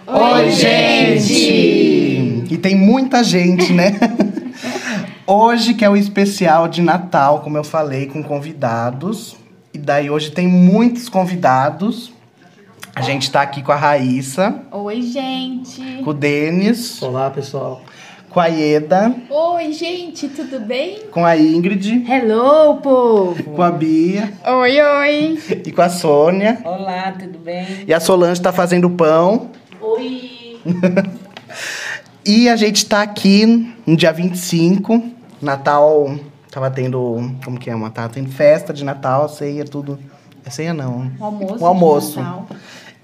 Oi, gente! E tem muita gente, né? Hoje que é o especial de Natal, como eu falei, com convidados. E daí hoje tem muitos convidados. A gente tá aqui com a Raíssa. Oi, gente! Com o Denis. Olá, pessoal. Com a Ieda. Oi, gente, tudo bem? Com a Ingrid. Hello, povo! Com a Bia. Oi, oi! E com a Sônia. Olá, tudo bem? E a Solange tá fazendo pão. Oi! E a gente tá aqui no dia 25. Natal, tava tendo... Como que é? Tava tendo festa de Natal, ceia, tudo. É ceia não. O almoço. De Natal.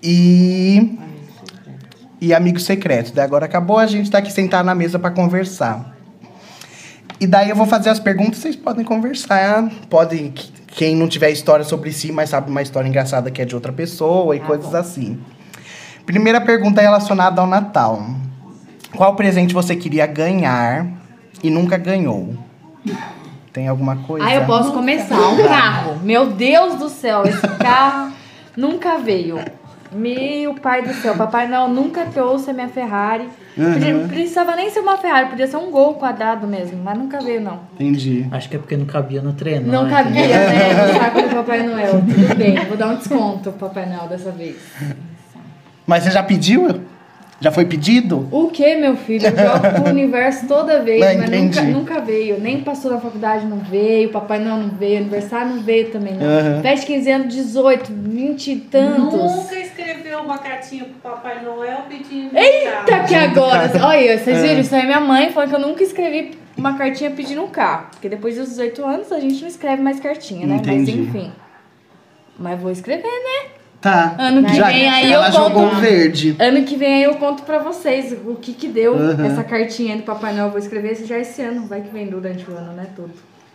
E amigo secreto. Daí agora acabou, a gente tá aqui sentado na mesa pra conversar. E daí eu vou fazer as perguntas, vocês podem conversar. Podem, quem não tiver história sobre si, mas sabe uma história engraçada que é de outra pessoa e coisas assim. Primeira pergunta é relacionada ao Natal. Qual presente você queria ganhar e nunca ganhou? Tem alguma coisa? Ah, eu posso começar. Um carro. Meu Deus do céu, esse carro nunca veio. Meu pai do céu, Papai Noel nunca trouxe a minha Ferrari. Precisava nem ser uma Ferrari, podia ser um Gol quadrado mesmo, mas nunca veio, não. Entendi. Acho que é porque não cabia no treino. Não cabia, né? No saco do Papai Noel. Tudo bem, vou dar um desconto pro Papai Noel dessa vez. Mas você já pediu? Já foi pedido? O que, meu filho? Eu jogo pro universo toda vez, Não, mas nunca veio. Nem passou na faculdade, não veio. Papai Noel não veio. Aniversário não veio também, não. Festa de 15 anos, 18, 20 e tantos. Nunca escreveu uma cartinha pro Papai Noel pedindo. Eita, que agora! Olha, vocês viram? Isso aí minha mãe falou que eu nunca escrevi uma cartinha pedindo um carro. Porque depois dos 18 anos a gente não escreve mais cartinha, né? Entendi. Mas enfim. Mas vou escrever, né? Tá. Ano que vem aí ela eu jogou conto. verde. Ano que vem aí eu conto pra vocês o que deu essa cartinha do Papai Noel. Vou escrever já esse ano. Vai que vem durante o ano, né? Tudo.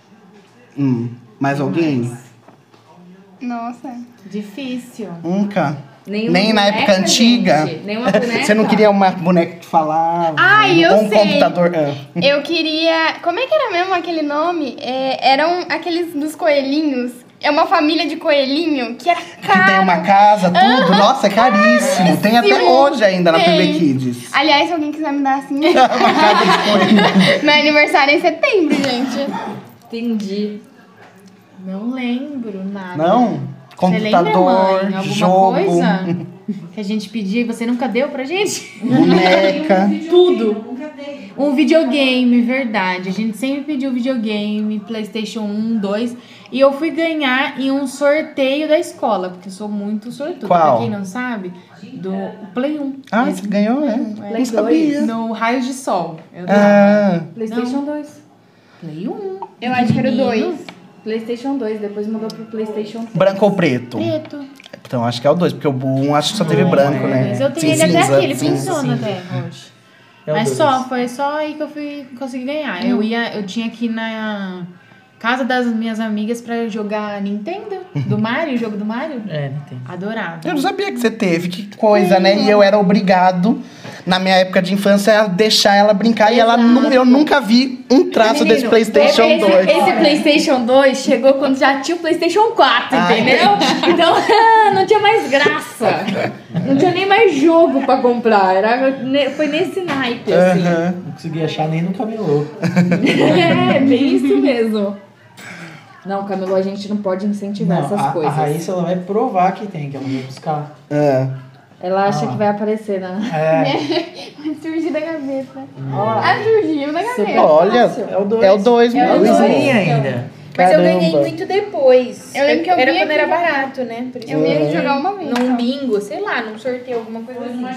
Mais alguém? Nossa. Difícil. Nunca. Nenhuma Nem na boneca, época antiga? gente. Nenhuma boneca? Você não queria uma boneca que falava? Ai, eu ou um sei. computador? Eu queria... Como é que era mesmo aquele nome? Eram aqueles dos coelhinhos. É uma família de coelhinho que era caro. Que tem uma casa, tudo. Nossa, é caríssimo. Tem até hoje ainda na Tem. PB Kids. Aliás, se alguém quiser me dar assim... Uma casa de coelho. Meu aniversário é em setembro, gente. Entendi. Não lembro nada. Não? Você lembra, Computador, mãe? Alguma jogo, coisa que a gente pedia e você nunca deu pra gente? boneca. Tudo. Um videogame, verdade. A gente sempre pediu videogame, PlayStation 1, 2. E eu fui ganhar em um sorteio da escola, porque eu sou muito sortuda. Qual? Pra quem não sabe, do Play 1. Ah, você ganhou, é? Play Não sabia. 2, no Raios de Sol. Eu dava. Ah, PlayStation 2. Play 1. Eu acho que era o 2. PlayStation 2, depois mudou pro PlayStation 3. branco ou preto? Preto. Então acho que é o 2, porque o 1 acho que só teve branco, né? Mas eu tenho ele até aqui, ele funciona sim. até hoje. É o Mas dois. foi só aí que eu consegui ganhar. Eu tinha que ir na casa das minhas amigas pra jogar Nintendo, do Mario, o jogo do Mario. É, não tem. Adorava. Eu não sabia que você teve, que coisa, né? E eu era obrigado, na minha época de infância, a deixar ela brincar. E ela eu nunca vi um traço desse PlayStation 2. Esse PlayStation 2 chegou quando já tinha o PlayStation 4, entendeu? Então não tinha mais graça. Não tinha nem mais jogo pra comprar. Foi nesse naipe, assim. Não consegui achar nem no camelô. É, bem isso mesmo. Não, camelô, a gente não pode incentivar essas a coisas. Raíssa, ela vai provar que tem, que ela vai buscar. Ela acha que vai aparecer, né? Vai surgir da gaveta. Ó, Surgiu da gaveta. Olha, É o 2. é o 2 É o mesmo. dois. Tem ainda. Mas eu ganhei Caramba. muito depois. Eu lembro que eu era vi quando aqui era jogar. barato, né? Por isso Eu ia jogar uma vez. num só. bingo, sei lá, num sorteio, alguma coisa assim. Uma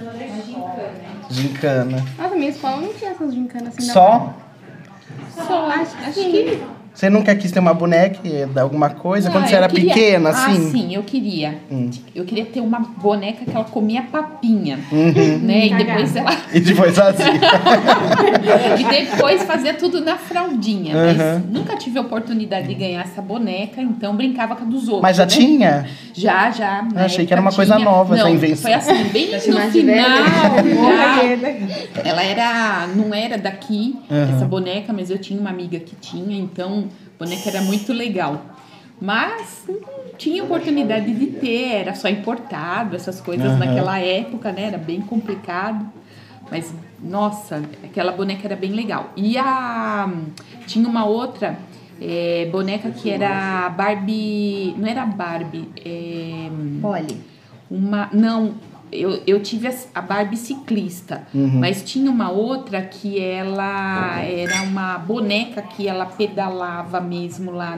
Gincana. Nossa, minha escola não tinha essas gincanas assim. Só? Só, acho que... Você nunca quis ter uma boneca de alguma coisa? Não, Quando você eu era queria- pequena, assim? Ah, sim, eu queria. Eu queria ter uma boneca que ela comia papinha, Uhum. né? E depois ela... E depois assim. E depois fazia tudo na fraldinha. Mas nunca tive a oportunidade de ganhar essa boneca, então brincava com a dos outros. Mas já né? tinha? Já. Eu achei que era uma coisa nova, essa Não, invenção. foi assim, bem no chamar de velha? final. Ela não era daqui, essa boneca, mas eu tinha uma amiga que tinha, então a boneca era muito legal. Mas não tinha oportunidade de ter, era só importado, essas coisas naquela época, né? Era bem complicado. Mas, nossa, aquela boneca era bem legal. E tinha uma outra boneca que era Barbie... Não era Barbie, Polly. Não, eu tive a Barbie ciclista, mas tinha uma outra que ela era uma boneca que ela pedalava mesmo lá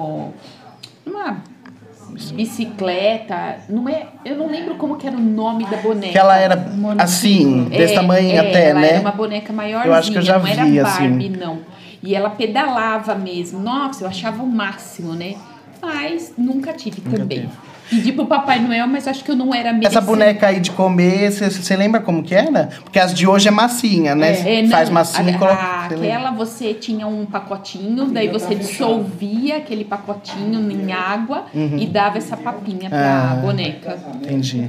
numa bicicleta. Eu não lembro como que era o nome da boneca. Que ela era assim, desse tamanho até, ela né? era uma boneca maiorzinha, Eu acho que eu já não era vi, Barbie, assim. não. E ela pedalava mesmo. Nossa, eu achava o máximo, né? Mas nunca tive também. Pedi pro Papai Noel, mas acho que eu não era merecedora. Essa boneca aí de comer, você lembra como que era? Porque as de hoje é massinha, né? Não, Faz massinha e coloca... aquela você tinha um pacotinho, daí você dissolvia aquele pacotinho em água e dava essa papinha pra boneca. Entendi.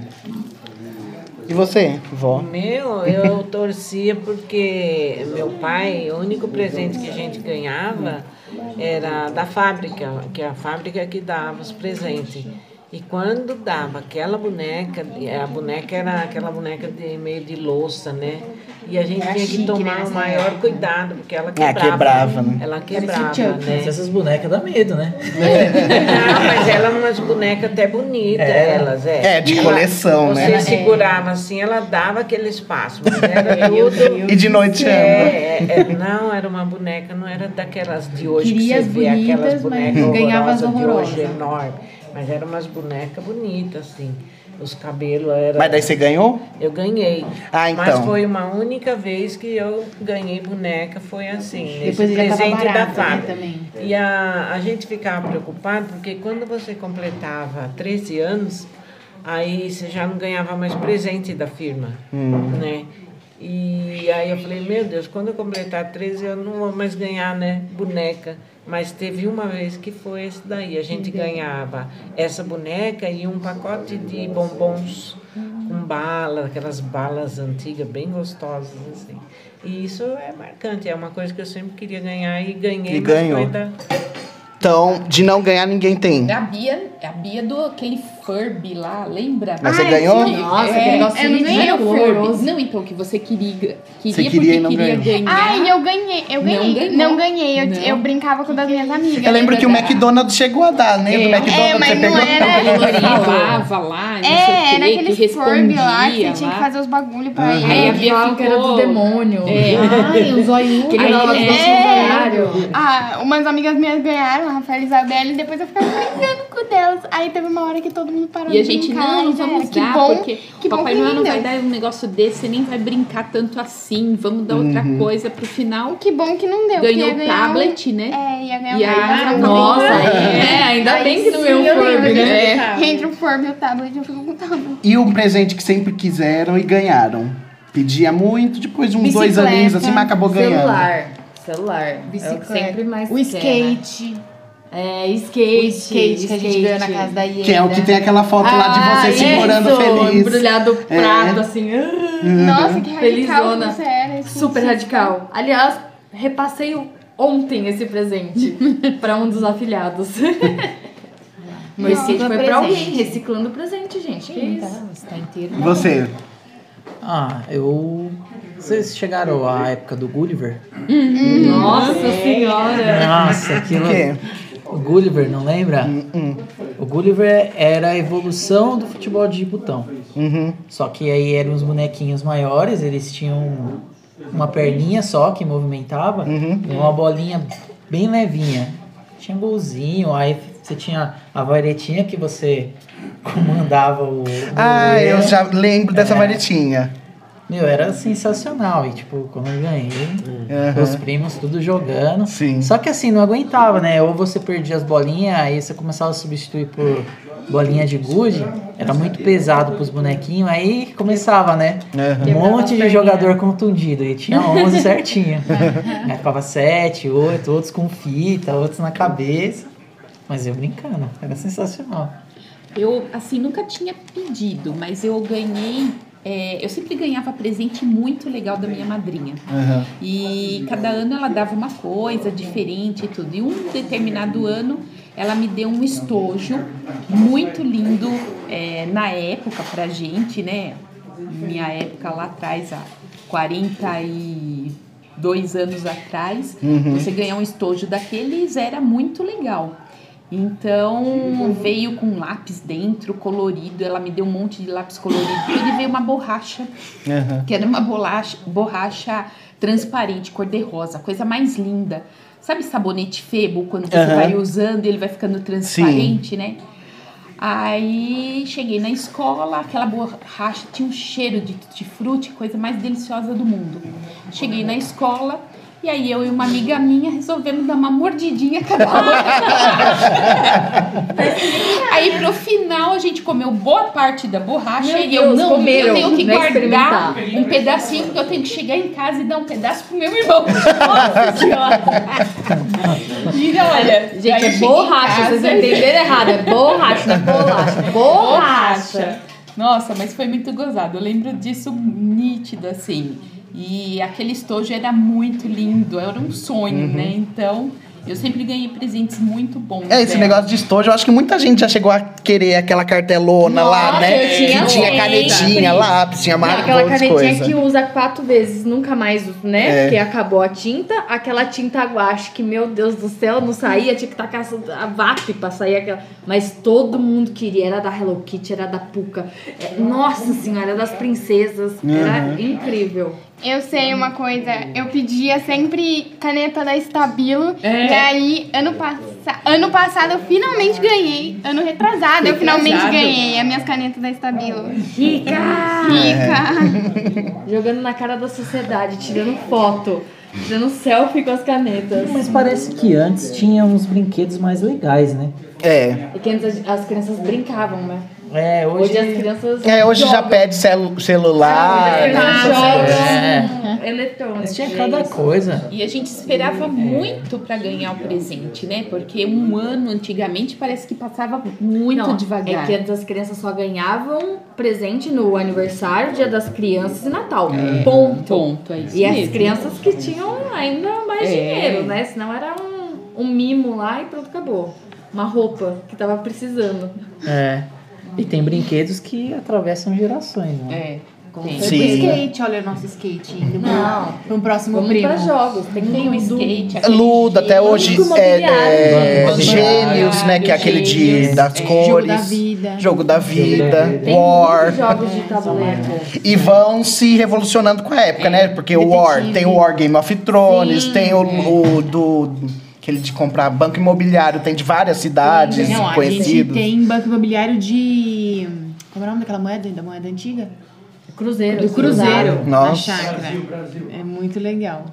E você, vó? Eu torcia porque meu pai, o único presente que a gente ganhava era da fábrica, que é a fábrica que dava os presentes. E quando dava aquela boneca, a boneca era aquela boneca meio de louça, né? E a gente tinha que tomar o maior cuidado, porque ela quebrava. Né? Ela quebrava, Mas né? essas bonecas dão medo, né? Não, mas ela é umas bonecas até bonitas, elas. De coleção, você né? Você segurava assim, ela dava aquele espaço, mas era tudo... E de noite anda. Não, era uma boneca, não era daquelas de hoje Queria que as você vê aquelas bonitas, mas bonecas ganhava as horrorosas de hoje, horrorosas. enormes. Mas eram umas bonecas bonitas, assim. Os cabelos eram... Mas daí você ganhou? Eu ganhei. Ah, então. Mas foi uma única vez que eu ganhei boneca, foi assim, nesse Depois ele já tava presente da barato, né, fábrica. também. E a gente ficava preocupado, porque quando você completava 13 anos, aí você já não ganhava mais presente da firma, né? E aí eu falei, meu Deus, quando eu completar 13 eu não vou mais ganhar, né, boneca. Mas teve uma vez que foi esse daí. A gente ganhava essa boneca e um pacote de bombons com bala, aquelas balas antigas, bem gostosas, assim. E isso é marcante, é uma coisa que eu sempre queria ganhar e ganhei. E ganhou. Então, de não ganhar, ninguém tem. A Bia do aquele Furby lá, lembra? Mas você ganhou? Nossa, aquele negócio eu não ganhei o horroroso. Não, então, que você queria Você porque queria e não queria ganhou. ganhar. Ai, eu ganhei. Não ganhei. Não. Eu brincava com das minhas amigas. Eu lembro que o McDonald's chegou a dar, né? Do McDonald's mas você não pegou. era- Ele falava lá, não sei o era quê, que aqueles Furby lá que você respondia tinha que lá. fazer os bagulho pra ir. Aí a Aí Bia falavam que era do ficou... demônio. Ai, o zoiudo. Aquele Aí, negócio do funcionário. Umas amigas minhas ganharam, a Rafaela e Isabela, e depois eu ficava brincando com delas. Aí teve uma hora que todo mundo parou E a de gente, brincar. não e já vamos era. Que dar, bom, porque que bom Papai que Noel não vai deu. dar um negócio desse, você nem vai brincar tanto assim, vamos dar outra coisa pro final. Que bom que não deu. Ganhou porque o ia ganhar tablet, né? ia ganhar E um aí, tablet. Nossa, ainda bem que não veio um Furby, né? Entre o Furby e o tablet, eu fico com o tablet. E um presente que sempre quiseram e ganharam. Pedia muito, depois de uns 2 Bicicleta. aninhos assim, mas acabou ganhando. Celular. Bicicleta. É o que sempre mais O quer, né? skate. Skate. O skate que a gente ganhou na casa da Ieda. Que é o que tem aquela foto lá de você segurando isso, feliz. embrulhado o prato, assim. Nossa, que radical Felizona. que você era. Super radical. Aliás, repassei ontem esse presente pra um dos afiliados. Mas skate Nossa, foi pra alguém, presente. reciclando presente, gente. Que Sim, isso? tá, você tá inteiro. E você? Vocês chegaram à época do Gulliver? Nossa senhora! Nossa, aquilo... O quê? O Gulliver, não lembra? O Gulliver era a evolução do futebol de botão. Só que aí eram os bonequinhos maiores, eles tinham uma perninha só que movimentava e uma bolinha bem levinha. Tinha golzinho, aí você tinha a varetinha que você comandava o Eu já lembro dessa varetinha. Meu, era sensacional. E, tipo, quando eu ganhei, os primos tudo jogando. Sim. Só que assim, não aguentava, né? Ou você perdia as bolinhas, aí você começava a substituir por bolinha de gude. Era muito pesado pros bonequinhos, aí começava, né? Um monte de jogador contundido. E tinha 11 certinho. Aí ficava 7, 8, outros com fita, outros na cabeça. Mas eu brincando, era sensacional. Eu, assim, nunca tinha pedido, mas eu ganhei... eu sempre ganhava presente muito legal da minha madrinha. E cada ano ela dava uma coisa diferente e tudo. E um determinado ano ela me deu um estojo muito lindo na época pra gente, né? Minha época lá atrás, há 42 anos atrás, você ganhar um estojo daqueles era muito legal. Então, veio com lápis dentro, colorido. Ela me deu um monte de lápis colorido. Ele veio uma borracha, que era uma borracha transparente, cor-de-rosa. Coisa mais linda. Sabe sabonete Febo, quando você vai usando, ele vai ficando transparente, né? Aí, cheguei na escola, aquela borracha tinha um cheiro de tutti-frutti, coisa mais deliciosa do mundo. Cheguei na escola... E aí eu e uma amiga minha resolvemos dar uma mordidinha cada uma. Aí pro final a gente comeu boa parte da borracha e eu tenho que guardar um pedacinho, porque eu tenho que chegar em casa e dar um pedaço pro meu irmão. Nossa senhora! E olha, gente, é borracha, vocês entenderam errado, é borracha, não é bolacha, borracha. Nossa, mas foi muito gozado, eu lembro disso nítido assim. E aquele estojo era muito lindo, era um sonho, né? Então, eu sempre ganhei presentes muito bons. Esse negócio de estojo, eu acho que muita gente já chegou a querer aquela cartelona lá, né? Que tinha canetinha, lápis, tinha mais aquela canetinha que usa 4 vezes, nunca mais, né? Porque acabou a tinta. Aquela tinta guache que, meu Deus do céu, não saía, tinha que tacar a VAP pra sair aquela. Mas todo mundo queria, era da Hello Kitty, era da Puka. Nossa senhora, era das princesas. Era incrível. Eu sei uma coisa, eu pedia sempre caneta da Stabilo, e aí ano passado eu finalmente ganhei, ano retrasado eu finalmente ganhei as minhas canetas da Stabilo. Rica! Rica! Jogando na cara da sociedade, tirando foto, tirando selfie com as canetas. Mas parece que antes tinha uns brinquedos mais legais, né? E que antes as crianças brincavam, né? Hoje as crianças hoje jogam. já pede celular. Eletrônicos. tinha cada coisa. E a gente esperava muito pra ganhar o presente, né? Porque um ano antigamente parece que passava muito devagar. É que antes as crianças só ganhavam presente no aniversário, Dia das Crianças e Natal. Ponto. É isso E mesmo. as crianças que tinham ainda mais dinheiro, né? Senão era um mimo lá e pronto, acabou. Uma roupa que tava precisando. E tem brinquedos que atravessam gerações, né? Foi pro skate, olha o nosso skate indo para um próximo Vamos primo. pra jogos. Tem Tem um skate. Ludo, até hoje Banco Gênios, né? Que é aquele das cores. Jogo da vida. Jogo da vida. Tem War. muitos jogos de tabuleiro. E vão se revolucionando com a época, né? Porque o War, tem o War Game of Thrones, tem o do... Aquele de comprar banco imobiliário, tem de várias cidades Não, a gente conhecidos. tem banco imobiliário de... Como é o nome daquela moeda? Da moeda antiga? Cruzeiro. Do Cruzeiro. Nossa. Na chácara. É muito legal.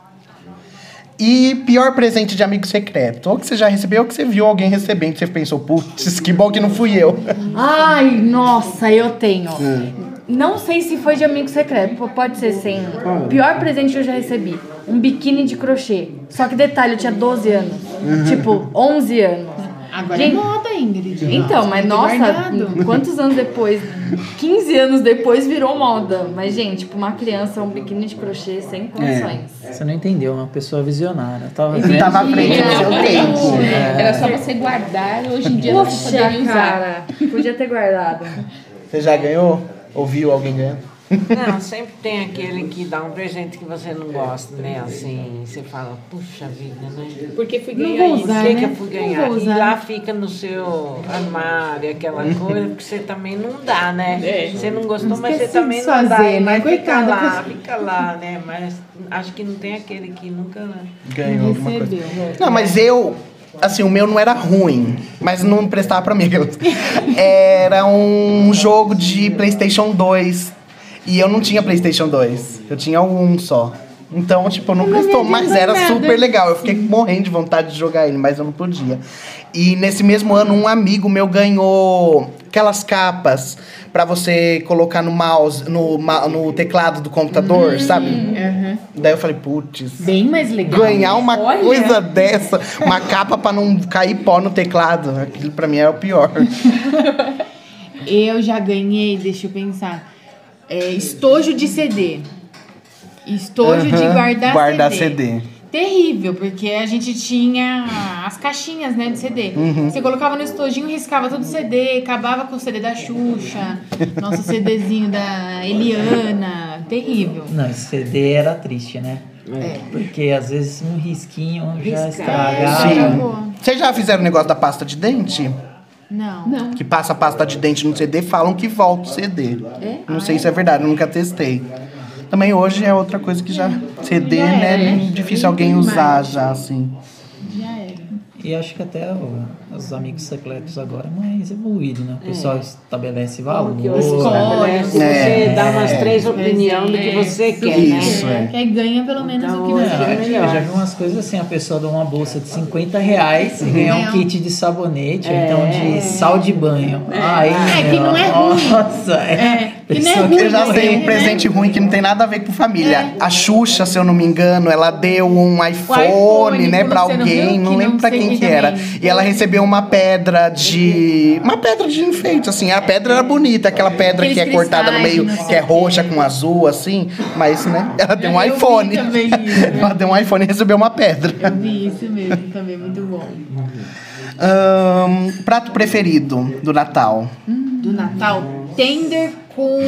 E pior presente de amigo secreto? Ou que você já recebeu, ou que você viu alguém recebendo, que você pensou, putz, que bom que não fui eu. Ai, nossa, eu tenho. Não sei se foi de amigo secreto, pode ser sim. O pior presente que eu já recebi, um biquíni de crochê. Só que detalhe, eu tinha 12 anos. Tipo, 11 anos. Agora é moda, Ingrid. Então, mas nossa, quantos anos depois? 15 anos depois virou moda. Mas, gente, tipo, uma criança, um biquíni de crochê sem condições. Você não entendeu, uma pessoa visionária. Tava Ele tava à frente do seu tempo. Era só você guardar, hoje em dia você Poxa, poderia usar. cara, podia ter guardado. Você já ganhou? Ouviu alguém ganhando? Não, sempre tem aquele que dá um presente que você não gosta, né? Assim, você fala, puxa vida, né? Porque fui Não ganhar vou isso. usar, Por que né? eu fui ganhar? Não vou E usar. lá fica no seu armário, aquela coisa, porque você também não dá, né? Você não gostou, mas você Esqueci também de não dá. fazer, Mas né? Coitada, fica lá, né? Mas acho que não tem aquele que nunca Ganhou alguma coisa. Recebeu. Não, mas eu... Assim, o meu não era ruim, mas não prestava pra mim. Era um jogo de PlayStation 2. E eu não tinha PlayStation 2. Eu tinha um só. Então, tipo, não prestou, mas era super legal. Eu fiquei morrendo de vontade de jogar ele, mas eu não podia. E nesse mesmo ano, um amigo meu ganhou aquelas capas pra você colocar no mouse, no teclado do computador, sabe? Daí eu falei, putz, Bem mais legal. ganhar uma coisa dessa, uma capa pra não cair pó no teclado, aquilo pra mim era o pior. Eu já ganhei, deixa eu pensar. Estojo de CD. Estojo de guardar Guardar CD. CD. terrível, porque a gente tinha as caixinhas, né, de CD. Você colocava no estojinho, riscava todo o CD, acabava com o CD da Xuxa, nosso CDzinho da Eliana, terrível. Não, esse CD era triste, né? Porque às vezes um risquinho já estragava. Sim. Vocês já fizeram o negócio da pasta de dente? Não. Que passa a pasta de dente no CD, falam que volta o CD. Não sei se é verdade, eu nunca testei. Também hoje é outra coisa que já... CD, né? É difícil alguém usar já, assim. Já era. E acho que até os amigos secretos agora é mais evoluído, né? O pessoal estabelece valor. Você dá umas 3 opiniões do que você quer, Isso, né? Que aí ganha pelo menos o que você Eu já vi umas coisas assim, a pessoa dá uma bolsa de R$50 e ganha um kit de sabonete, ou então de sal de banho. Aí, que não é ruim. Nossa, que não é ruim. Eu já sei um presente ruim que não tem nada a ver com família. A Xuxa, se eu não me engano, ela deu um iPhone, né, pra alguém, não lembro pra quem que era. E ela recebeu uma pedra de enfeite, assim. A pedra era bonita, aquela pedra que é cortada no meio, que é roxa com azul, assim. Mas, né, ela deu um iPhone. Ela deu um iPhone e recebeu uma pedra. Eu vi isso mesmo, também muito bom. Prato preferido do Natal? Do Natal, tender com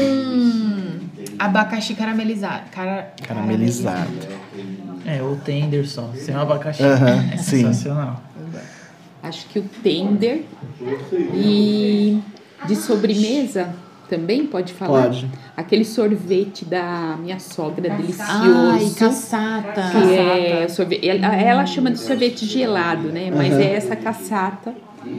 abacaxi caramelizado. Caramelizado. o tender só, sem o abacaxi. É sim. sensacional. Acho que o tender. E de sobremesa também pode falar? Pode. Aquele sorvete da minha sogra, delicioso. Ai, caçata. Que é sorvete, ela chama de sorvete gelado, né? Mas é essa caçata.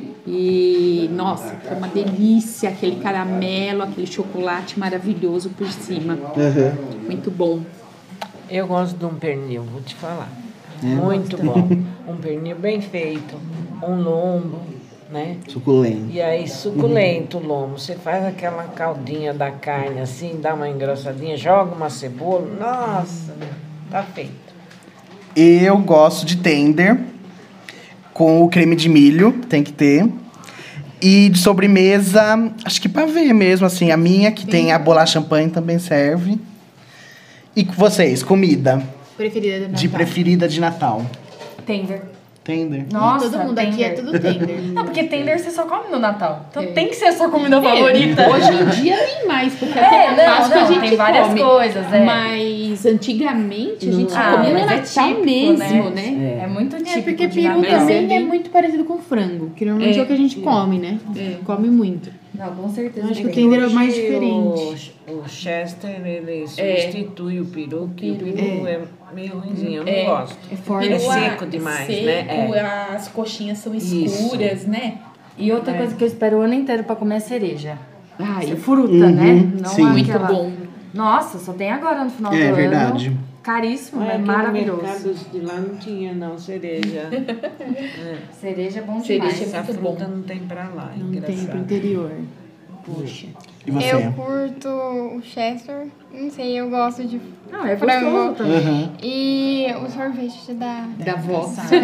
E, nossa, é uma delícia. Aquele caramelo, aquele chocolate maravilhoso por cima. Muito bom. Eu gosto de um pernil, vou te falar. Muito bom. Um pernil bem feito, um lombo, né? Suculento. E aí, suculento o lombo. Você faz aquela caldinha da carne assim, dá uma engrossadinha, joga uma cebola. Nossa, tá feito. Eu gosto de tender com o creme de milho, tem que ter. E de sobremesa, acho que pavê mesmo, assim. A minha, que tem a bolacha champanhe, também serve. E com vocês, comida Preferida do Natal. de preferida de Natal? Tender. Tender. Nossa, Todo mundo aqui é tudo tender. Não, porque tender você só come no Natal. Então tem que ser a sua comida favorita. Hoje em dia nem mais, porque até na Páscoa a gente tem várias come. coisas, Mas antigamente a gente Ah, comia no mas é Natal típico, mesmo, né? É muito típico. Porque de peru Natal. também é muito parecido com frango, que normalmente é o que a gente come, né? Come muito. Não, com certeza. Eu acho que o tem. tender é o mais Hoje, diferente. O Chester, ele substitui o peru, que o peru é meio ruimzinho, eu não gosto. É forte. É seco demais, né? As coxinhas são escuras, né? E outra coisa que eu espero o ano inteiro pra comer é cereja. Ai, Fruta, né? Não sim. muito aquela- bom. Nossa, só tem agora no final do É ano. verdade. Caríssimo, Mas é aqui maravilhoso. no mercado de lá não tinha, não, cereja. Cereja é bom Cereja demais. Essa fruta não tem pra lá, Não tem pro engraçado. interior. Poxa. E você? Eu curto o Chester, não sei, eu gosto de Não, é frango. gostoso também. E o sorvete Da avó.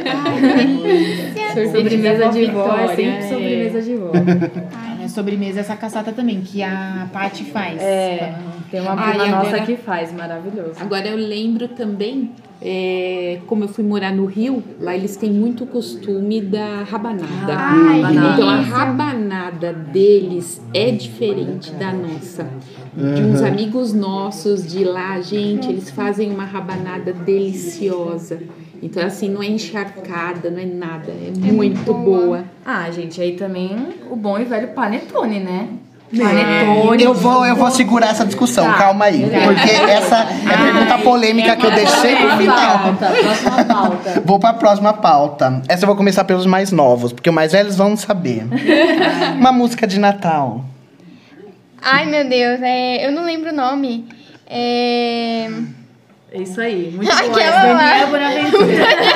Sobremesa de vó é Vitória, sempre sobremesa de vó. A sobremesa é essa caçata também, que a Paty faz. Tem uma Ah, prima e nossa agora- que faz, maravilhoso. Agora eu lembro também, como eu fui morar no Rio, lá eles têm muito costume da rabanada. Ai, Então a delícia. rabanada deles é diferente da nossa. De uns amigos nossos de lá, gente, eles fazem uma rabanada deliciosa. Então, assim, não é encharcada, não é nada. É muito boa. Ah, gente, aí também o bom e velho panetone, né? Panetone. Eu vou segurar essa discussão, Tá. calma aí. Porque essa é a pergunta polêmica que eu deixei pro final. Próxima pauta. Vou pra próxima pauta. Essa eu vou começar pelos mais novos, porque os mais velhos vão saber. Uma música de Natal. Ai, meu Deus, eu não lembro o nome. É isso aí, muito bom. Aquela lá. Daniela Bonaventura.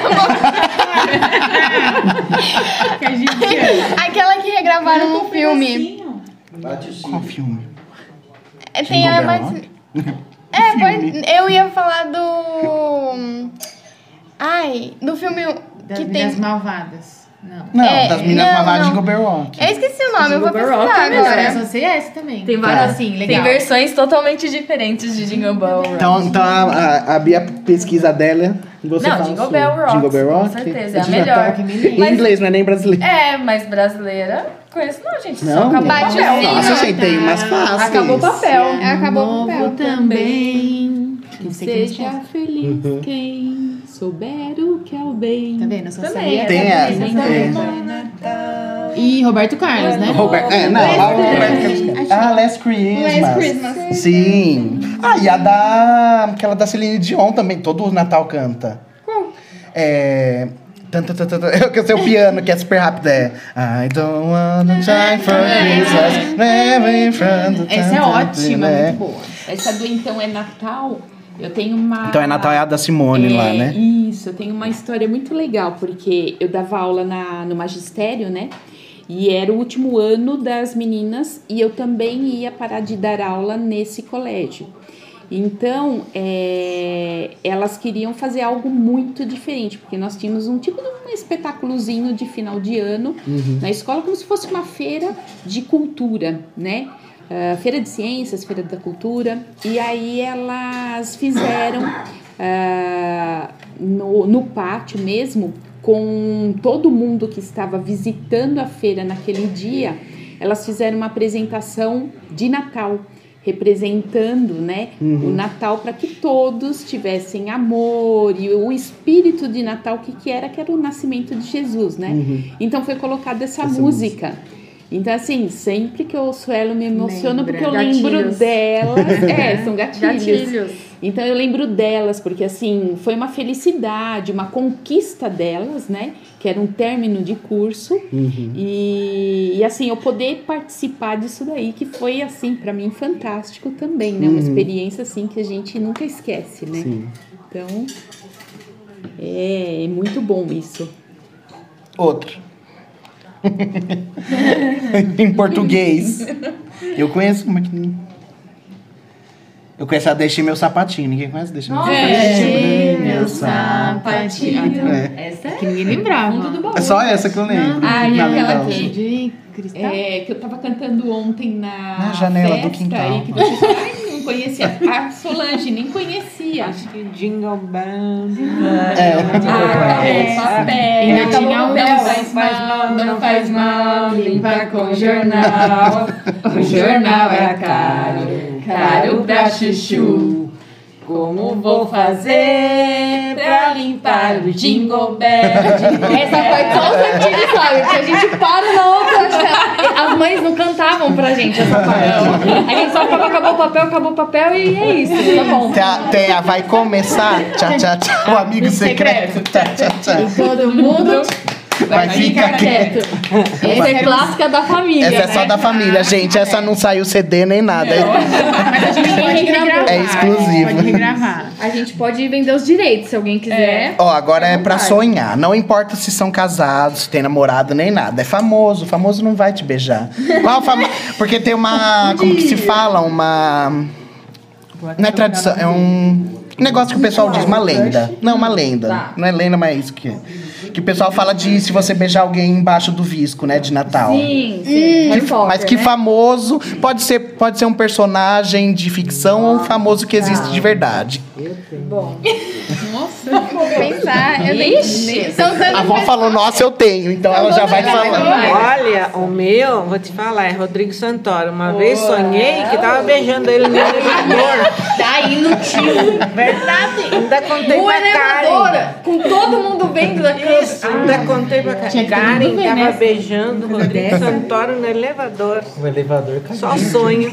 Aquela que regravaram no filme. Qual filme? Tem Jingle a Bell mais. Rock? Eu ia falar do. Ai, do filme que tem. Das Malvadas. Não, das meninas malvadas de Jingle Bell Rock. Eu esqueci o nome, eu vou Jingle Bell pesquisar Rock, agora. Eu só sei essa também. Tem várias, assim, legal. tem versões totalmente diferentes de Jingle Bell Rock. Então a Bia pesquisa dela e você Não, fala Jingle assim. Bell Rock, Jingle Bell com Rock. certeza, é a De melhor. Natal. Em inglês, não é nem brasileiro. Mas brasileira, conheço não, gente. Não? Só acabou o Bate papel. assim, Nossa, ó. gente, tem umas fáceis. Acabou o papel. Acabou o papel. Novo também. Que seja feliz quem souber o que é o bem. Tá vendo? Eu só Também, sabia. Tem essa. E Roberto Carlos, né? Roberto Last Christmas. Last Christmas. Sim. E aquela da Celine Dion também, todo Natal canta. Qual? Eu sei o piano, que é super rápido. I don't wanna shine for Christmas. Never in front of Essa é ótima, né? muito boa. Essa do Então é Natal, eu tenho uma... Então é Natal, é a da Simone lá, né? Isso, eu tenho uma história muito legal, porque eu dava aula no magistério, né? E era o último ano das meninas e eu também ia parar de dar aula nesse colégio. Então, elas queriam fazer algo muito diferente, porque nós tínhamos um tipo de um espetáculozinho de final de ano na escola, como se fosse uma feira de cultura, né? Feira de Ciências, Feira da Cultura, e aí elas fizeram no pátio mesmo, com todo mundo que estava visitando a feira naquele dia, elas fizeram uma apresentação de Natal, representando, né, o Natal, para que todos tivessem amor e o espírito de Natal, que era o nascimento de Jesus, né? Então foi colocada essa música. Então, assim, sempre que eu ouço ela, eu me emociono, porque eu lembro delas. São gatilhos. Então, eu lembro delas, porque, assim, foi uma felicidade, uma conquista delas, né? Que era um término de curso. E, assim, eu poder participar disso daí, que foi, assim, pra mim, fantástico também, né? Uma experiência, assim, que a gente nunca esquece, né? Sim. Então, é muito bom isso. Outro. Em português. Eu conheço uma que... Eu conheço a Deixei Meu Sapatinho. Ninguém conhece Deixei Meu Sapatinho? Deixei meu sapatinho. Essa é Que ninguém lembrava. fundo do baú. É só essa que eu lembro. E Na aquela lembrança. De cristal. que eu tava cantando ontem na janela do festa, quintal. E que vocês não conhecia. A Solange nem conhecia. Acho que Jingle Bell. Papel. Ainda tinha um Não faz mal, limpa com jornal. O jornal era caro pra chuchu. Como vou fazer pra limpar o Jingle Bell? Essa parte só os antigos sabem, porque a gente para na outra. As mães não cantavam pra gente essa parte. A gente só ficava, acabou o papel e é isso, tá bom. Tem a Vai Começar. Tchá, tchá, tchá. O amigo secreto. Tchá, tchá, tchá. Todo mundo Vai ficar quieto. Essa é clássica da família. Essa é só da família, gente. Essa não saiu CD nem nada. Mas a gente pode regravar. É exclusivo. Pode regravar. A gente pode vender os direitos, se alguém quiser. Ó, agora é pra sonhar. Não importa se são casados, se tem namorado, nem nada. É famoso. Famoso não vai te beijar. Qual famoso? Porque tem uma... Como que se fala? Uma... Não é tradição, é um negócio que o pessoal diz, uma lenda. Não, uma lenda. Tá. Não é lenda, mas é isso que é. Que o pessoal fala de se você beijar alguém embaixo do visco, né? De Natal. Sim, Harry Potter, Mas que né? famoso... Pode ser um personagem de ficção ou um famoso que existe de verdade. Bom. Vou pensar. Eu nem... São A tantas avó falou, nossa, eu tenho. Então ela já vai falando. Olha, o meu, vou te falar, é Rodrigo Santoro. Uma vez sonhei que tava beijando ele no elevador. Daí no tio. Verdade, ainda contei No pra elevador, Karen. com todo mundo vendo da câmera. Isso, ainda contei pra Tinha Karen. que todo mundo Karen ver, tava né? beijando o Rodrigo Santoro no elevador. O elevador caiu. Só sonho.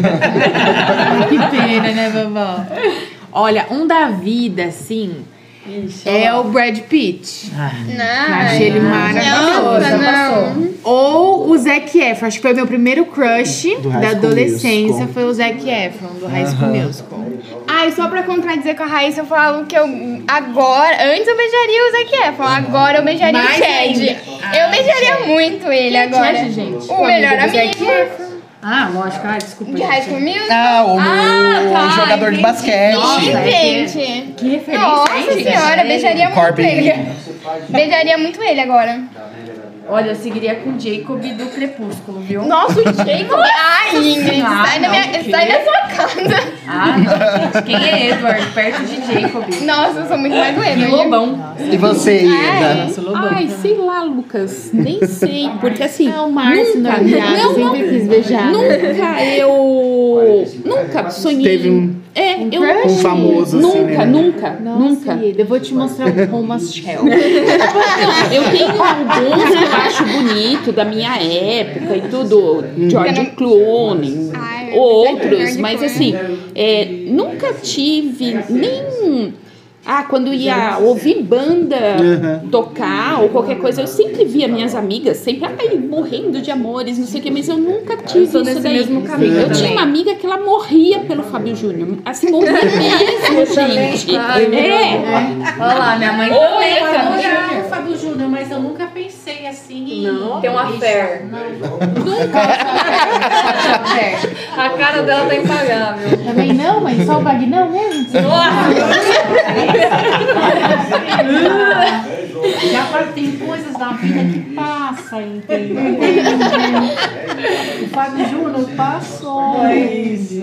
Que pena, né, vovó? Olha, um da vida, assim, é o Brad Pitt. Não, Achei ele maravilhoso. não. Ou o Zac Efron. Acho que foi o meu primeiro crush Do High da School adolescência. Musical. Foi o Zac Efron, do High School Musical. Ai, só pra contradizer com a Raíssa, eu falo que eu agora... Antes eu beijaria o Zac Efron, agora eu beijaria Mais o Chad. ainda. Eu beijaria muito ele agora. Chad, gente? O melhor amigo do Zac amigo. Efron. Ah, lógico. Ah, desculpa. De High School Musical. O jogador de basquete. Gente. Que referência, Nossa hein, gente? senhora, beijaria muito Corbin. ele. Beijaria muito ele agora. Olha, eu seguiria com o Jacob do Crepúsculo, viu? Nossa, o Jacob. Ai, Ingrid, sai da sua casa. Ah, não, gente. Quem é Edward? Perto de Jacob. Nossa, eu sou muito mais do E Edward. Lobão. E você, Ida? Ai, sei lá, Lucas. Nem sei. Porque assim. É o Márcio nunca, Norviado, não, sempre quis beijar. Nunca sonhei. Teve um eu famoso assim, né? nunca. Ida, eu vou te mostrar o Thomas Shell. Eu tenho alguns que eu acho bonito da minha época e tudo. George Clooney, Ai, outros, George mas Clooney. assim, nunca tive nem. Quando ia ouvir banda tocar ou qualquer coisa, eu sempre via minhas amigas, sempre, morrendo de amores, não sei o que, mas eu nunca tive sou isso desse daí. mesmo caminho Eu também. tinha uma amiga que ela morria pelo Fábio Júnior, assim, morria mesmo, gente. Olha lá, minha mãe Oi, também, Fábio cara. adorava o Fábio Júnior, mas eu nunca pensei assim em... Tem uma fé. Nunca. A cara dela tá impagável. Também não, mas só o Vagnão mesmo? Já tem coisas na vida que passa, entendeu? O Fábio Júnior passou. É isso.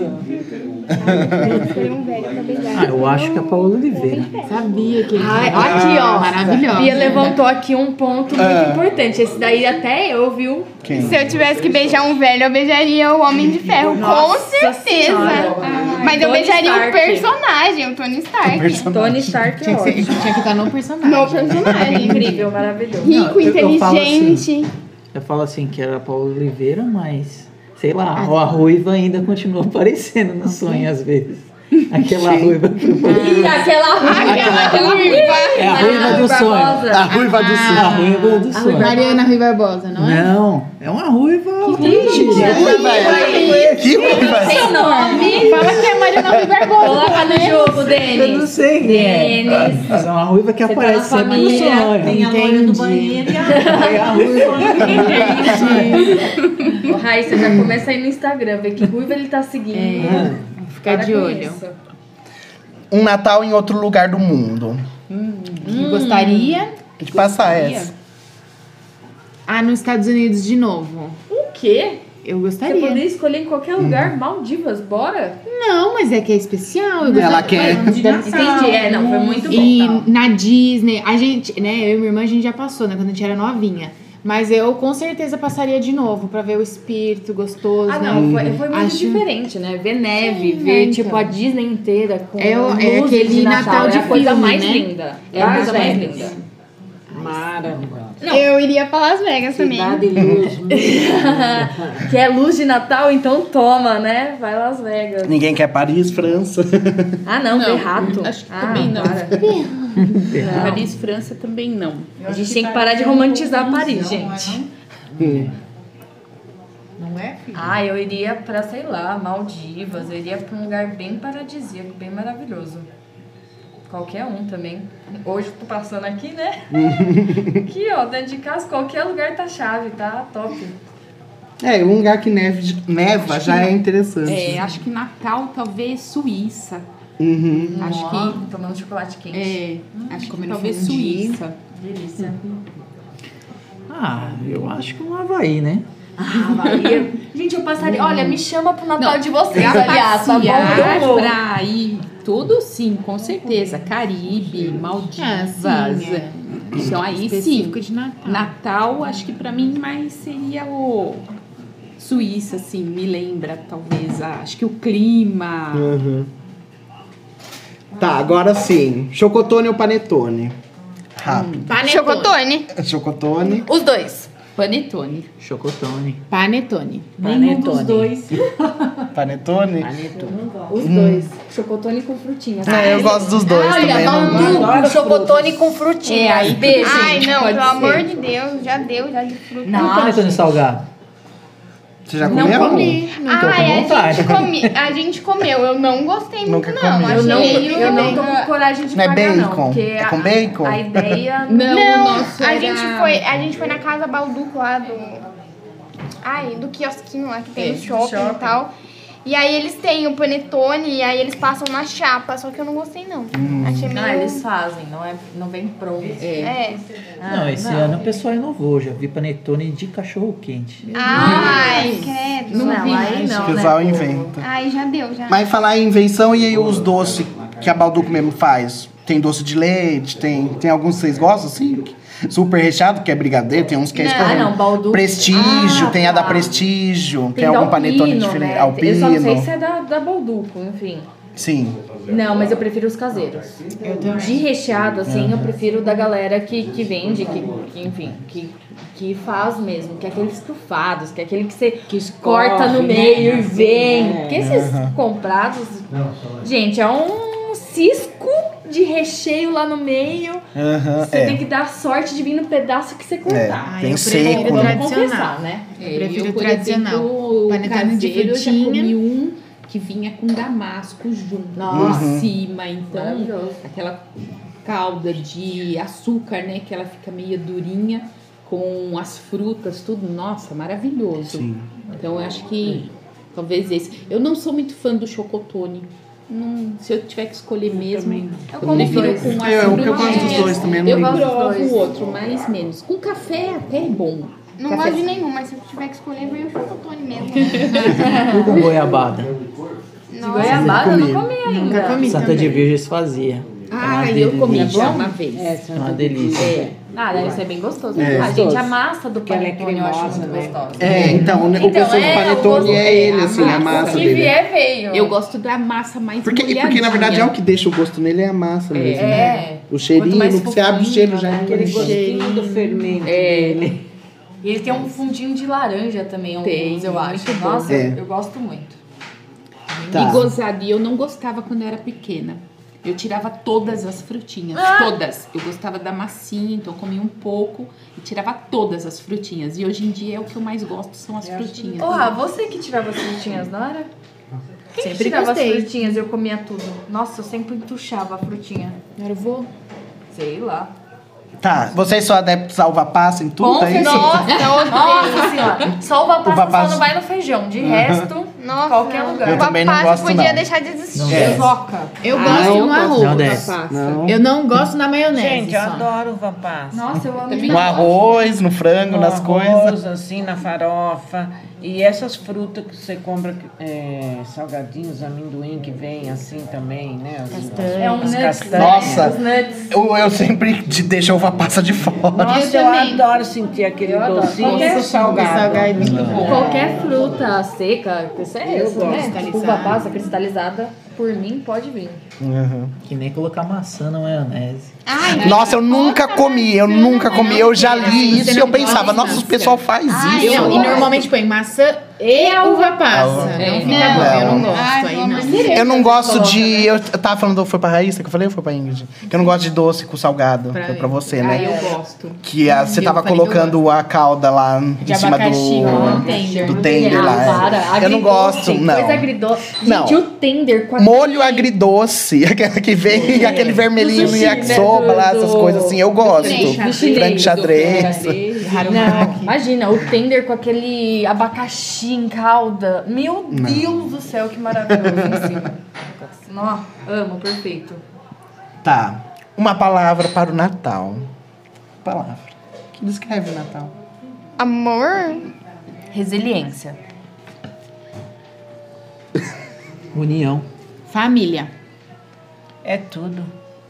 Eu acho que é a Paola Oliveira. Sabia que ele Aqui, ó. Maravilhosa. Bia levantou aqui um ponto muito importante. Esse daí até eu, viu? Quem? Se eu tivesse que beijar um velho, eu beijaria o Homem de Ferro, com certeza. Senhora. Mas eu Tony beijaria Stark. o personagem, o Tony Stark. Tony Stark é Tinha ótimo. que estar no personagem. No personagem. Incrível, maravilhoso. Rico, eu falo assim. inteligente. Eu falo assim que era a Paola Oliveira, mas sei lá, a ruiva ainda continua aparecendo no sonho às vezes. Aquela ruiva que E aquela ruiva. é a ruiva do sonho. A ruiva do A céu. ruiva do sonho. Mariana Rui Barbosa, não é? Não, é uma ruiva. Que ruiva é? Que ruiva é? Sem nome. Fala que é Mariana Rui Barbosa. Coloca no jogo, Eu não Denis. sei quem é. Denis. Mas é uma ruiva que Você tá na aparece sempre no família, sonho. tem a loira do banheiro É a ruiva. O Raíssa já começa a ir no Instagram, ver que ruiva ele tá seguindo. Fica de com olho. isso. Um Natal em outro lugar do mundo. Gostaria? De passar essa. Nos Estados Unidos de novo. O quê? Eu Você gostaria. poderia escolher em qualquer lugar. Maldivas, bora? Não, mas é que é especial. Eu Ela gostaria. quer. Entendi, não, foi muito bom. E Tá. na Disney, a gente, né, eu e minha irmã, a gente já passou, né, quando a gente era novinha. Mas eu com certeza passaria de novo pra ver o espírito gostoso, Ah, né? não, foi muito Acho- diferente, né? Ver neve, Sim, ver, então. tipo, a Disney inteira com É luzes aquele de Natal de é a coisa filme, mais né? linda. É a coisa mais Vegas. linda. Maravilhosa. Eu iria pra Las Vegas também. Que é luz de Natal, então toma, né? Vai Las Vegas. Ninguém quer Paris, França. Ah, não, ver rato. Acho que também não. para. Paris, França também não. A gente tem que parar de romantizar Paris, gente. Não é, filho? Ah, eu iria pra, sei lá, Maldivas. Eu iria pra um lugar bem paradisíaco, bem maravilhoso. Qualquer um também. Hoje eu tô passando aqui, né? Aqui, ó, dentro de casa, qualquer lugar tá chave, tá top. É, um lugar que neva já é interessante. Acho que Natal, talvez Suíça. Uhum. Acho Ó, que tomando chocolate quente. acho que Comendo talvez fondue. Suíça. Delícia. Eu acho que um Havaí, né? Bahia. Gente, eu passaria. Olha, me chama pro Natal Não, de vocês, pra aliás, tá bom? passear, Eu vou. pra ir tudo sim, com certeza. Caribe, Maldivas. Então aí sim. Específico de Natal. Natal, acho que pra mim mais seria o Suíça, assim, me lembra talvez. Acho que o clima. Uhum. Tá, agora sim. Chocotone ou panetone? Rápido. Chocotone. Chocotone. Os dois. Panetone. Chocotone. Panetone. Nenhum dos dois. Panetone? Os dois. Chocotone com frutinha. É, eu gosto dos dois Olha, também. Não... Baldu, chocotone com frutinha. aí Beijo. Ai, não, Pode pelo ser. amor de Deus, já deu, já de fruta. E o panetone salgado? Você já Não comeu? comi. Ai, vontade. a gente comeu, eu não gostei muito Nunca não. comi. Eu não, Achei eu não tô com coragem de Não é pagar, não. bacon? Porque É com bacon? A ideia... Não, Não, o nosso a era- gente foi na casa Balduco lá do... Ai, do quiosquinho lá que tem no shopping e tal. E aí eles têm o panetone e aí eles passam na chapa, só que eu não gostei não. Achei meio... Ah, eles fazem, não vem pronto. Não, esse ano o pessoal inovou. Já vi panetone de cachorro quente. Ai, credo. Não, vi. aí não, Que o né? Val inventa. Ai, já deu, já. Mas falar em invenção, e aí os doces que a Balduco mesmo faz? Tem doce de leite, tem alguns que vocês gostam, assim? Super recheado, que é brigadeiro, tem uns que é escorrendo. não, Balduco. Prestígio, tem a da tá. Prestígio, tem da algum panetone Alpino, diferente. né? Alpino. Eu só não sei se é da Balduco, enfim. Sim. Não, mas eu prefiro os caseiros. De recheado, assim, eu prefiro da galera que vende, que faz mesmo, que é aqueles estufados, que é aquele que você corta no meio e vem. Porque esses comprados, gente, é um cisco de recheio lá no meio. Você tem que dar sorte de vir no pedaço que você cortar. Tem eu seco. prefiro Vamos tradicional. confessar, né? Eu prefiro o por tradicional. exemplo, o Panetone de caseiro, eu já frutinha. comi um que vinha com damasco junto Nossa. por cima. Então, Maravilhoso. aquela calda de açúcar, né? Que ela fica meio durinha com as frutas, tudo. Nossa, maravilhoso. Sim. Então, eu acho que talvez esse. Eu não sou muito fã do chocotone. Se eu tiver que escolher mesmo, eu como prefiro dois. com as Eu frutinhas. gosto dos dois também, não Eu ligo. provo Dois. o outro, mais menos. Com café até é bom. Não Café- gosto de nenhum, mas se eu tiver que escolher, vai o chocotone mesmo. E com goiabada. De goiabada eu não comi ainda. Nunca comi Santa também. de Virgens fazia. Ah, uma eu comi delícia. já uma vez. É uma delícia. Ah, deve ser bem gostoso. É. Ah, gente, a massa do ela é panetone eu acho cremosa, muito né? gostosa. Então, o pessoal do o panetone gosto- é ele, assim, a a massa Se dele. vier, veio. Eu gosto da massa mais Porque na molhadinha. verdade é o que deixa o gosto nele, é a massa mesmo. Né? O cheirinho, Quanto mais no que você abre o cheiro já é Aquele aquele gostinho do fermento dele. E ele tem um fundinho de laranja também, Tem, eu acho. muito bom. Nossa, É. eu gosto muito. Tá. E gozado. E eu não gostava quando eu era pequena. Eu tirava todas as frutinhas, todas. Eu gostava da massinha, então eu comia um pouco e tirava todas as frutinhas. E hoje em dia é o que eu mais gosto, são as frutinhas. Porra, você que tirava as frutinhas, não era? Sempre tirava gostei. as frutinhas e eu comia tudo. Nossa, eu sempre entuchava a frutinha. Era o vô. Sei lá. Tá, vocês são adeptos ao vapaça em tudo, Com é isso? Nossa senhora. Só o vapaça vapaça- só não vai no feijão. De resto, Nossa, qualquer lugar. Eu também não Papai gosto, podia não. deixar de existir. É. Soca. Eu gosto no arroz. Não desce. Não. Eu não gosto na maionese. Gente, eu só. adoro uva passa. Nossa, eu amo. No arroz, no frango, No nas arroz, coisas. assim, na farofa. E essas frutas que você compra, salgadinhos, amendoim que vem assim também, né? É um as nuts, castanhas. Nossa. Os nuts. Eu sempre deixo a uva passa de fora. Nossa, eu também. adoro sentir aquele adoro. docinho Qualquer salgado. Qualquer fruta seca, isso é isso, né? Cristalizada. Tipo, uva passa cristalizada, por mim, pode vir. Que nem colocar maçã na maionese. Nossa, eu nunca comi, eu já li isso e eu pensava, nossa, o pessoal faz isso. Não, e normalmente põe maçã e uva passa. Não fica bom, eu não gosto. Ai, Aí pelo amor de não. Eu não gosto de. Eu tava falando, foi pra Raíssa que eu falei ou foi pra Ingrid? Que eu não gosto de doce com salgado. Foi pra você, Ah, né? eu gosto. Que você Eu tava falei que eu colocando a calda lá De em cima abacaxi, do. tender. Do tender Ah, lá. para. Eu não gosto, Agridoce, não. Coisa agridoce. Não. Gente, o tender com a Molho agridoce, que vem aquele vermelhinho no sushi, yakisoba né, lá, do- essas coisas assim, eu gosto. Frango xadrez. Não, imagina, o tender com aquele abacaxi em calda. Meu Deus do céu, que maravilhoso em cima. Nossa, amo, perfeito. Tá. Uma palavra para o Natal. Palavra. Que descreve o Natal. Amor? Resiliência. União. Família. É tudo.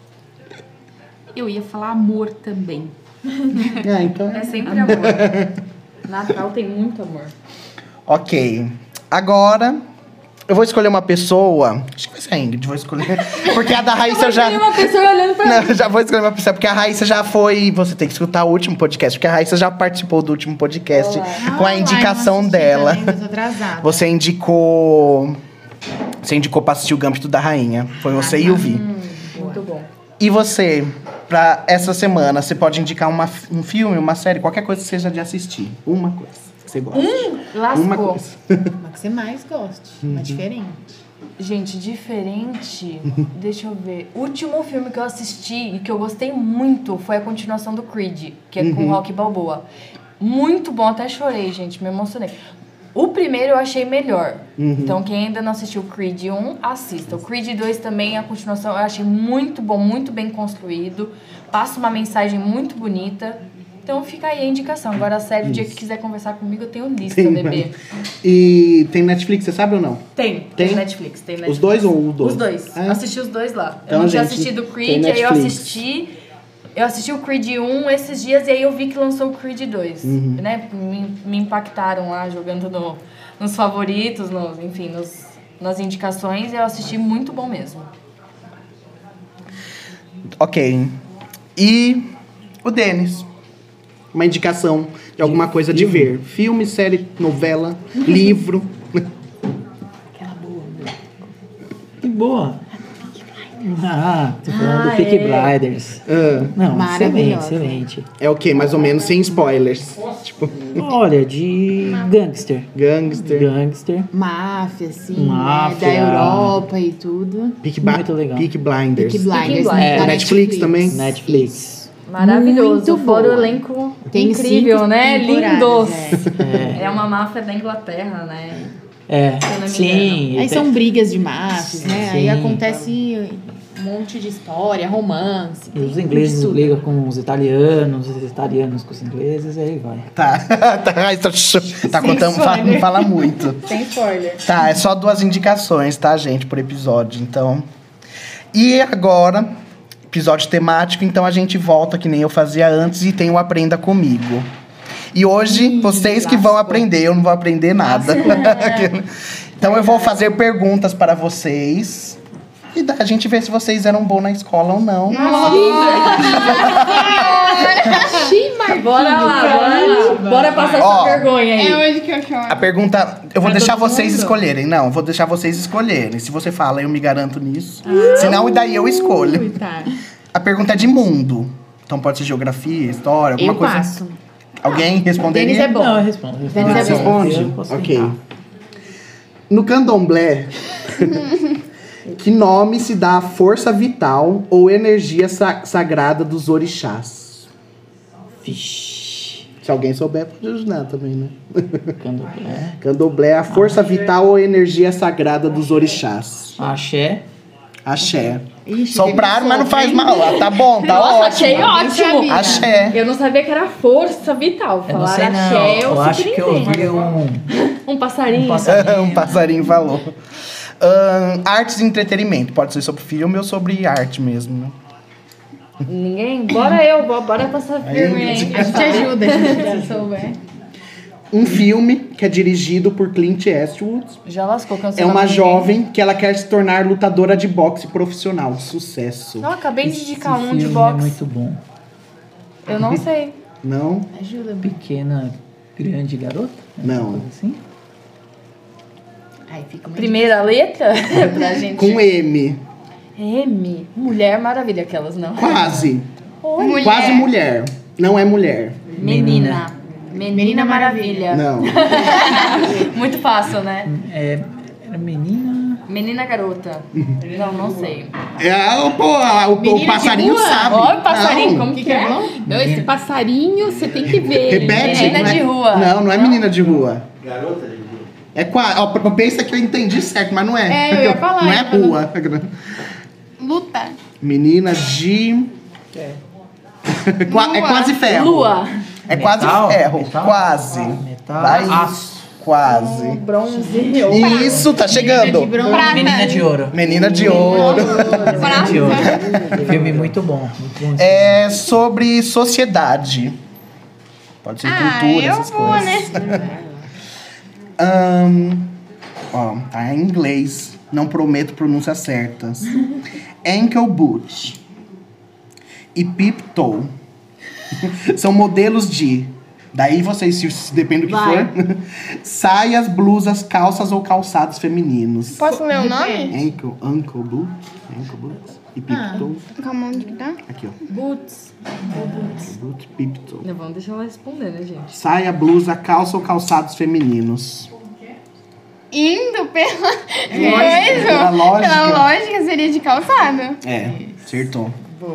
Eu ia falar amor também. Então. É sempre amor. Natal tem muito amor. Ok. Agora, eu vou escolher uma pessoa. Acho que vai ser a Ingrid, vou escolher. Porque a da Raíssa eu já. Tem uma pessoa olhando pra Não, eu já vou escolher uma pessoa, porque a Raíssa já foi. Você tem que escutar o último podcast, porque a Raíssa já participou do último podcast com a indicação dela. Eu tô atrasada. Você indicou. Você indicou pra assistir o Gambito da Rainha. Foi você e o Vi. Muito bom. E você, pra essa semana, você pode indicar um filme, uma série, qualquer coisa que seja de assistir. Uma coisa que você gosta. Lascou. Uma coisa. Uma que você mais goste. Uma diferente. Gente, diferente. Deixa eu ver. O último filme que eu assisti e que eu gostei muito foi a continuação do Creed, que é com o Rocky Balboa. Muito bom, até chorei, gente, me emocionei. O primeiro eu achei melhor. Então, quem ainda não assistiu o Creed 1, assista. O Creed 2 também, a continuação, eu achei muito bom, muito bem construído. Passa uma mensagem muito bonita. Então, fica aí a indicação. Agora, a série, o dia que quiser conversar comigo, eu tenho lista, bebê. E tem Netflix, você sabe ou não? Tem Netflix. Tem Netflix. Os dois ou o dois? Os dois. É? Assisti os dois lá. Então, eu não tinha gente, assistido o tem Creed, aí eu Netflix. assisti... Eu assisti o Creed 1 esses dias e aí eu vi que lançou o Creed 2. Né? Me impactaram lá, jogando nos favoritos, enfim, nas indicações. E eu assisti, muito bom mesmo. Ok. E o Denis? Uma indicação de alguma coisa de ver. Filme, série, novela, livro. Que boa. Tô falando do Peaky Blinders. Não, Maravilhosa. excelente. É o quê? Mais ou menos sem spoilers. Tipo, Olha, de gangster. gangster. Máfia, assim, Máfia. né? Da Europa e tudo. Muito legal. Peaky Blinders. Peaky Blinders, Blinders. né? Da Netflix também? Netflix. Maravilhoso. Muito Fora o boa. elenco Tem incrível, 5 né? temporadas, Lindos. É uma máfia da Inglaterra, né? É, me sim. Aí são brigas de máfias, né? Aí Sim. acontece um monte de história, romance. E os tem ingleses tudo. brigam com os italianos com os ingleses, e aí vai. Tá. Tá contando, não fala muito. Sem spoiler. Tá, é só 2 indicações, tá, gente, por episódio, então. E agora, episódio temático, então a gente volta, que nem eu fazia antes, e tem o Aprenda Comigo. E hoje, vocês que vão aprender, eu não vou aprender nada. Então eu vou fazer perguntas para vocês. E a gente vê se vocês eram bons na escola ou não. Bora lá. Bora passar Ó, essa vergonha aí. É hoje que eu choro. A pergunta, eu vou Pra deixar todo vocês mundo? escolherem. Não, eu vou deixar vocês escolherem. Se você fala, eu me garanto nisso. Se não, e daí eu escolho. Tá. A pergunta é de mundo. Então pode ser geografia, história, alguma Eu coisa. passo. Alguém responderia? Denis é bom. Não, eu respondo. Denis é bom. Responde? Eu posso Ok. tentar. No candomblé, que nome se dá à força vital ou energia sagrada dos orixás? Vixe. Se alguém souber, pode ajudar também, né? Candomblé. Candomblé é a força vital ou energia sagrada dos orixás. Axé. Axé. Ixi, Sopraram, Denis mas não faz sopra, mal. Ah, tá bom, tá Nossa, ótimo. achei ótimo. Axé. Eu não sabia que era força vital. Eu não Falar sei não. axé, Eu acho que eu super vi entendo. Um passarinho. Um passarinho falou. Artes e entretenimento. Pode ser sobre filme ou sobre arte mesmo, né? Ninguém? Bora passar vergonha aí. A gente ajuda, se souber. Um filme que é dirigido por Clint Eastwood. Já lascou, cansei. É uma jovem que ela quer se tornar lutadora de boxe profissional. Sucesso. Não, acabei de indicar Esse um de filme boxe. É muito bom. Eu não sei. Não? Ajuda. Pequena, grande garota? Não. Coisa assim? Aí fica uma Primeira letra pra gente. Com M. M. Mulher Maravilha, aquelas não. Quase. Mulher. Quase mulher. Não é mulher. Menina. Menina Maravilha. Não. Muito fácil, né? Era menina... Menina Garota. Não sei. O passarinho de rua? sabe. Olha o passarinho, Não. como que é? Não, esse passarinho você tem que ver. Repete. Menina não é- de rua. Não é menina de rua. Garota de rua. É quase. Pensa que eu entendi certo, mas não é. É, eu ia falar, Não é eu ia rua. Luta. Menina de. É quase ferro. Lua. É quase Metal? ferro. Metal? Quase. Metal. Vai. Aço. Quase. Bronze. Isso, tá chegando. Prata. Menina de ouro. Menina de ouro. Menina de ouro. Filme muito bom. Muito bom. É sobre sociedade. Pode ser cultura, eu essas vou, coisas. né? Tá em inglês. Não prometo pronúncias certas. Ankle boot e peep toe são modelos de... Daí vocês, se depende do que Vai. for. Saias, blusas, calças ou calçados femininos. Posso ler o nome? Ankle boot e peep toe. Calma, onde que tá? Aqui, ó. Boots. Ankle boot, peep toe. Não, vamos deixar ela responder, né, gente? Saia, blusa, calça ou calçados femininos. Indo pela Pela lógica. Pela lógica seria de calçado. É, acertou. Boa.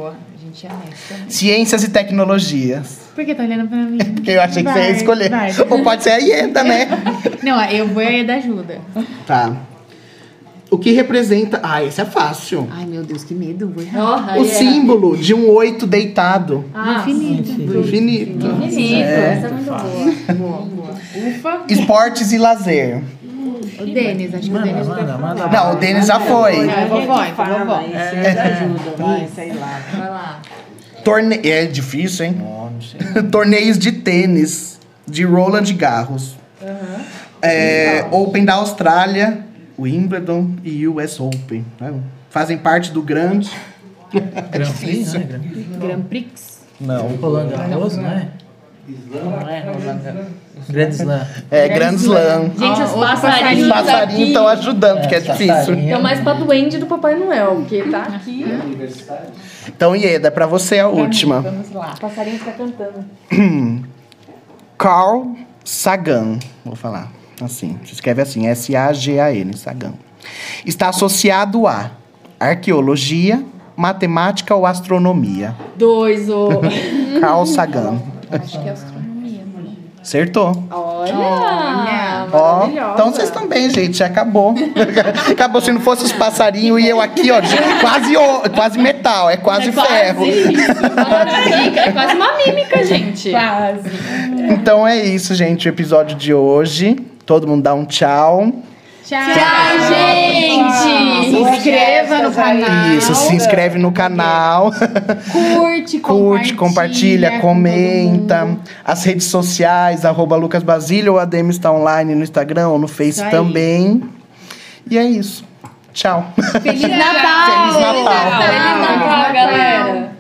gente é honesta. Ciências e tecnologias. Por que tá olhando pra mim? Porque eu achei que você ia escolher. Ou pode ser a Ieda, né? Não, eu vou e da ajuda. Tá. O que representa... Ah, esse é fácil. Ai, meu Deus, que medo. Vou errar. O símbolo de um 8 deitado. Infinito. Infinito. Infinito. Essa é muito boa. Ufa. Esportes e lazer. O Denis, acho que o Denis vai falar. Não, o Denis já foi. É vovó, é vovó. Aí vocês ajudam, vai, sei lá. Vai lá. É difícil, hein? Não sei. Torneios de tênis de Roland Garros. Open da Austrália, Wimbledon e US Open. Né? Fazem parte do grande... Grand Prix, né? Grand Prix. Não. Roland Garros, não é? Não é Roland. Grand Slam. Grand Slam. Gente, os Os passarinhos passarinhos aqui estão ajudando, porque é difícil. passarinho. estão mais pra duende do Papai Noel, porque tá aqui. Então, Ieda, é pra você a última. Vamos lá. O passarinho fica cantando. Carl Sagan, vou falar assim, se escreve assim, S-A-G-A-N, Sagan. Está associado a arqueologia, matemática ou astronomia? 2, ô. Carl Sagan. Acho que é astronomia, mano. Acertou. Olha! Ó, Maravilhosa. então vocês estão bem, gente, já acabou. Acabou, se não fosse os passarinhos e eu aqui, ó, quase metal, é quase ferro. É quase uma mímica, gente. Quase. Então é isso, gente, o episódio de hoje. Todo mundo dá um tchau. Tchau, gente! Se inscreva no canal. Isso, se inscreve no canal. Curte, compartilha, comenta. As redes sociais, @LucasBasílio ou a Demis está online no Instagram ou no Face Isso aí. também. E é isso. Tchau. Feliz Natal! Feliz Natal. Feliz Natal, galera!